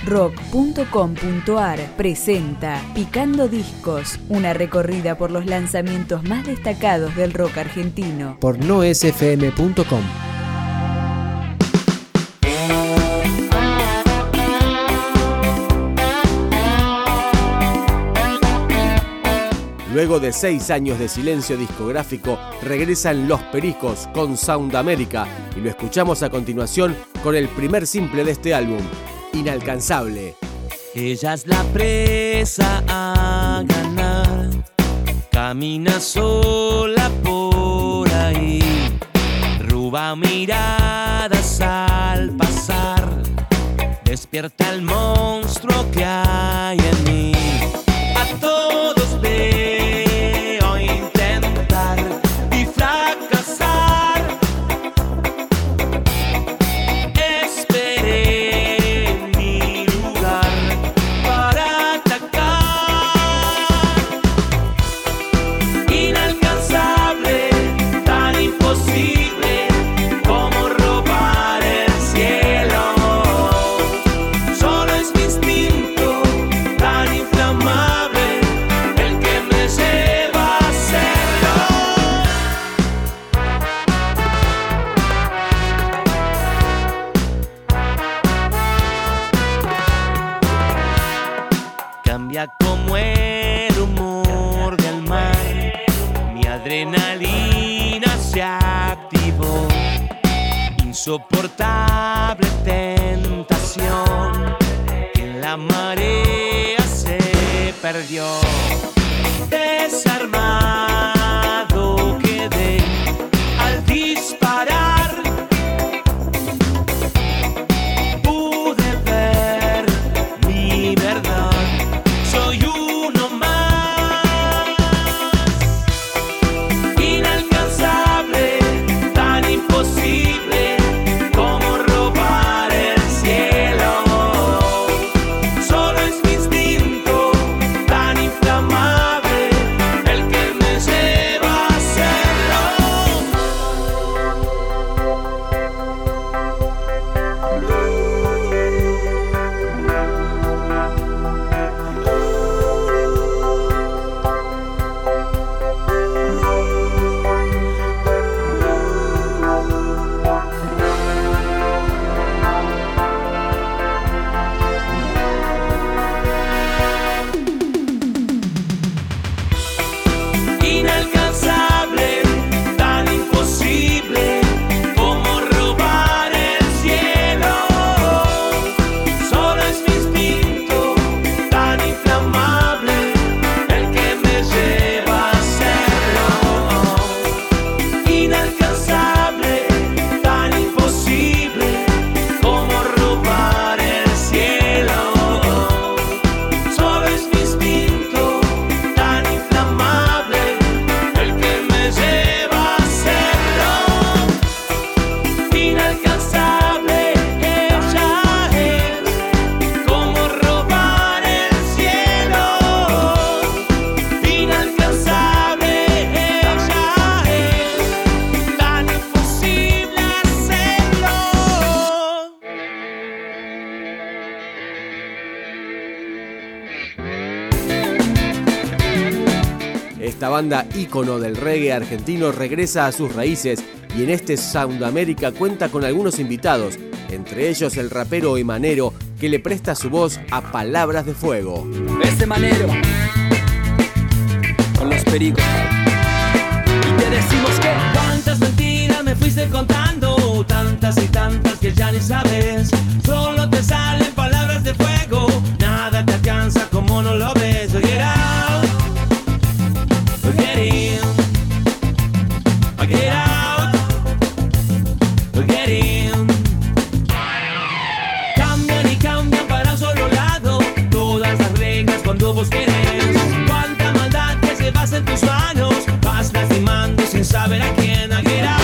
rock.com.ar presenta Picando Discos, una recorrida por los lanzamientos más destacados del rock argentino. Por noesfm.com. Luego de 6 años de silencio discográfico, regresan Los Pericos con Sound America y lo escuchamos a continuación con el primer simple de este álbum, Inalcanzable. Ella es la presa a ganar, camina sola por ahí, roba miradas al pasar, despierta el monstruo que hay en mí. A todos veo intentar y fracasar. Esperé en mi lugar para atacar. Inalcanzable, tan imposible como robar el cielo. Solo es mi instinto tan inflamable el que me lleva a hacerlo. Cambia como el humor del mar, mi adrenalina se activó, insoportable tentación, en la marea se perdió. Desarmado quedé al disparar, pude ver mi verdad, soy uno más. Inalcanzable, tan imposible como robar el cielo. Solo es mi instinto tan inflamable el que me lleva a hacerlo. Inalcanzable, tan imposible como robar el cielo. Solo es mi instinto tan inflamable el que me lleva a hacerlo. Inalcanzable, tan imposible como robar el cielo. Solo es mi instinto tan inflamable el que me lleva a hacerlo. Inalcanzable, ella es como robar el cielo. Inalcanzable, ella es tan imposible hacerlo. Esta banda ícono del reggae argentino regresa a sus raíces y en este Sound America cuenta con algunos invitados, entre ellos el rapero Emanero, que le presta su voz a Palabras de Fuego. Ese Manero con Los Pericos. Y te decimos que Cuántas mentiras me fuiste contando, tantas y tantas que ya ni sabes. Solo te salen palabras de fuego, nada te alcanza como no lo ves. So get out, get in, get out, get in. Cambian y cambian para un solo lado todas las reglas cuando vos querés. Cuánta maldad que se basa en tus manos, vas lastimando sin saber a quién. A get out,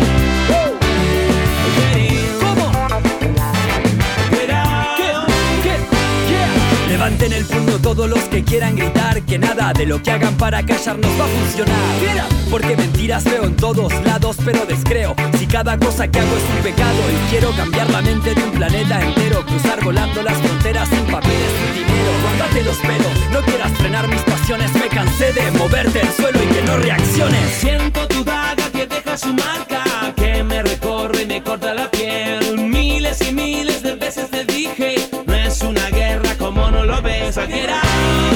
get in. ¿cómo? Get out. Levanten el puño todos los que quieran gritar que nada de lo que hagan para callarnos va a funcionar. Porque mentiras veo en todos lados, pero descreo si cada cosa que hago es un pecado. Y quiero cambiar la mente de un planeta entero, cruzar volando las fronteras sin papeles ni dinero. Guárdate los pelos, no quieras frenar mis pasiones. Me cansé de moverte el suelo y que no reacciones. Siento tu daga que deja su marca, que me recorre y me corta la piel. Miles y miles de veces te dije, no es una guerra como no lo ves. I get out.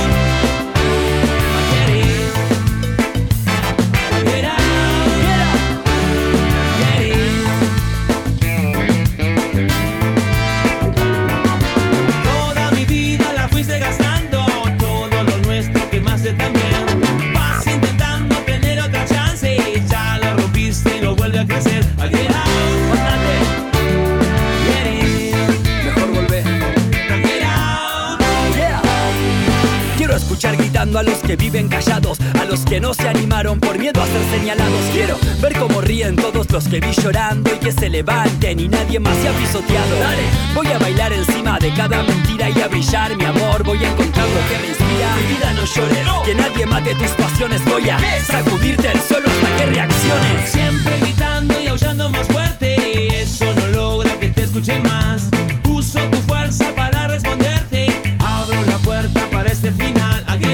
A los que viven callados, a los que no se animaron por miedo a ser señalados. Quiero ver cómo ríen todos los que vi llorando y que se levanten y nadie más se ha pisoteado. Dale, voy a bailar encima de cada mentira y a brillar, mi amor. Voy a encontrar lo que me inspira. Mi vida no llores, que nadie mate tus pasiones. Voy a sacudirte el suelo hasta que reacciones. Siempre gritando y aullando más fuerte, eso no logra que te escuche más. Uso tu fuerza para responderte, abro la puerta para este final.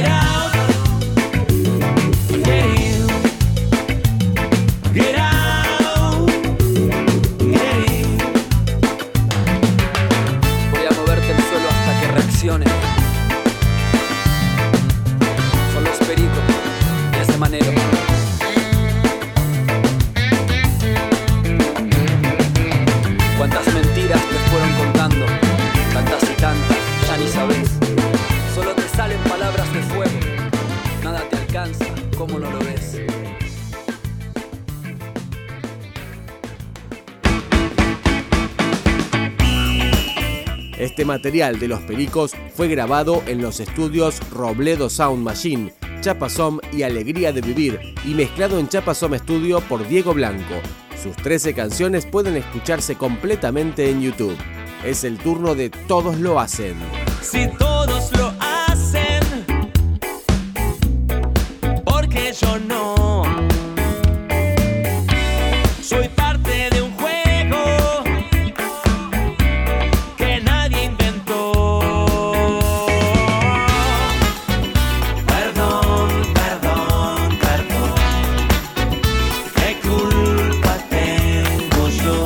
Son los pericos de ese manero. Cuántas mentiras te fueron contando, tantas y tantas, ya ni sabes. Solo te salen palabras de fuego, nada te alcanza, ¿cómo no lo ves? Este material de Los Pericos fue grabado en los estudios Robledo Sound Machine, Chapasom y Alegría de Vivir y mezclado en Chapasom Studio por Diego Blanco. Sus 13 canciones pueden escucharse completamente en YouTube. Es el turno de Todos lo hacen. Si todos lo hacen, porque yo no. Soy parte de un juego que nadie inventó. Perdón, perdón, perdón. ¿Qué culpa tengo yo?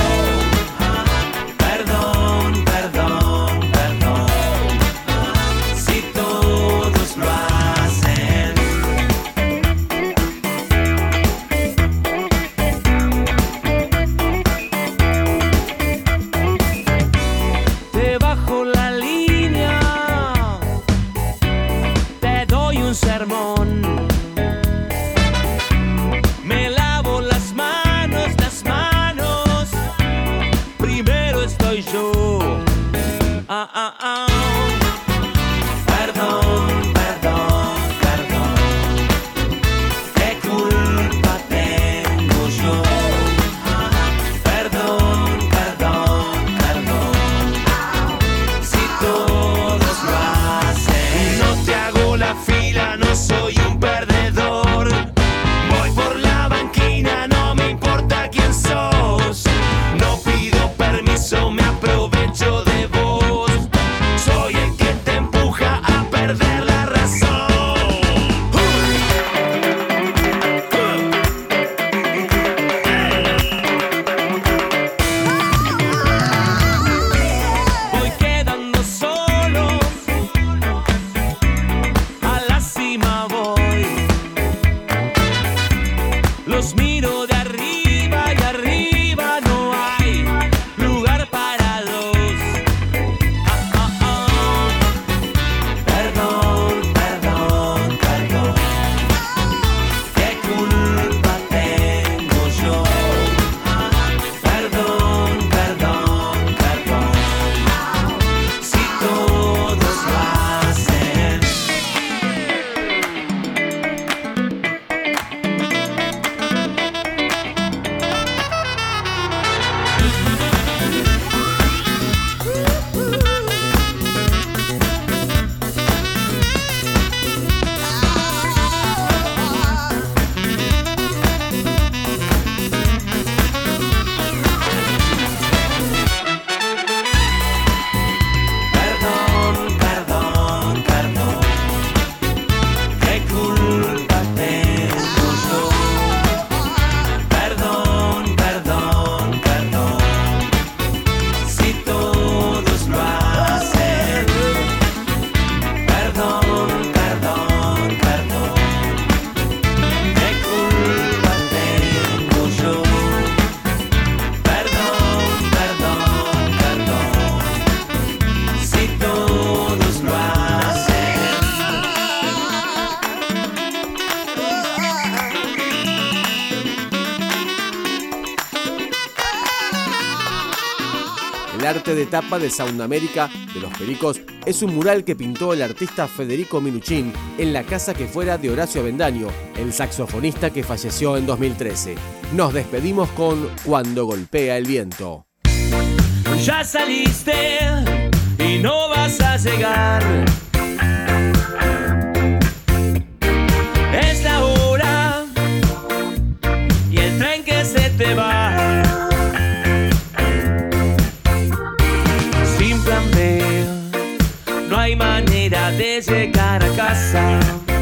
Perdón, perdón, perdón. Si todos lo hacen. Te bajo la línea, te doy un sermón. Me lavo las manos, primero estoy yo. Perdón, perdón, perdón. ¿Qué culpa tengo yo? Perdón, perdón, perdón. Si todos lo hacen. No te hago la fila, no soy un perdedor. Voy por la banquina, no me importa quién sos. No pido permiso, me aprovecho de vos. arte de tapa de Sound América de Los Pericos es un mural que pintó el artista Federico Minuchin en la casa que fuera de Horacio Avendaño, el saxofonista que falleció en 2013. Nos despedimos con Cuando golpea el viento. Ya saliste y no vas a llegar. Es la hora y el tren que se te va. Sin plan B, no hay manera de llegar a casa.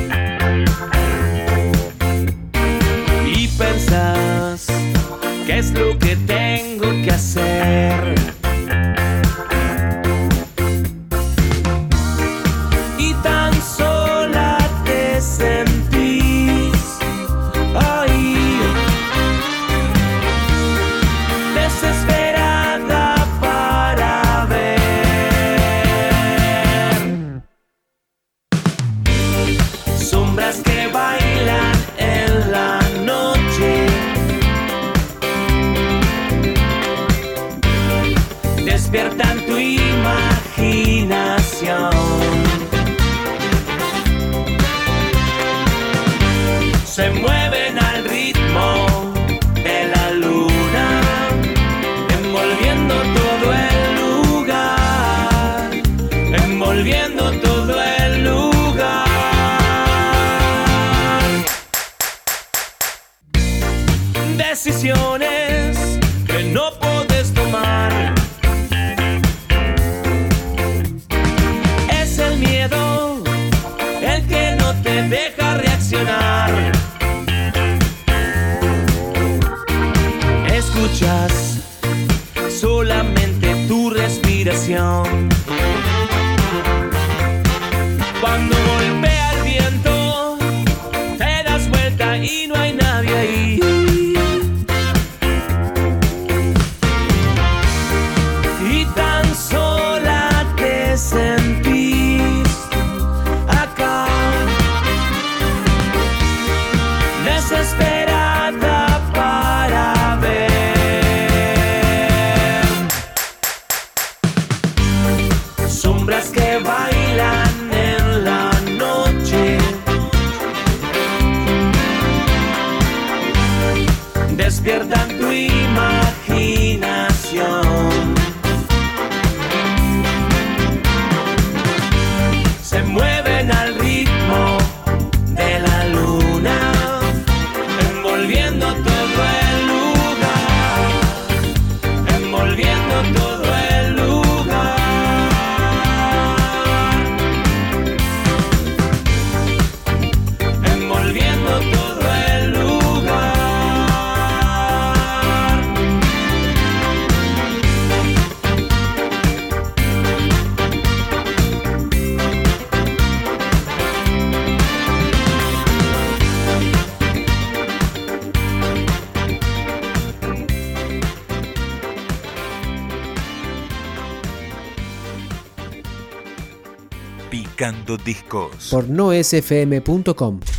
Y pensás, ¿qué es lo que tengo que hacer? Despiertan tu imaginación. Se mueven al ritmo de la luna, envolviendo todo el lugar, envolviendo todo el lugar. Decisiones que no podés tomar. Deja reaccionar. Escuchas solamente tu respiración. Cuando golpea el viento, te das vuelta y no hay nadie ahí. Y tan sola te sentís acá, desesperada para ver sombras que bailan en la noche, despiertan tu imaginación. Se mueven al ritmo de la luna, envolviendo todo el lugar, envolviendo todo el lugar, envolviendo todo el lugar. Picando Discos por noesfm.com.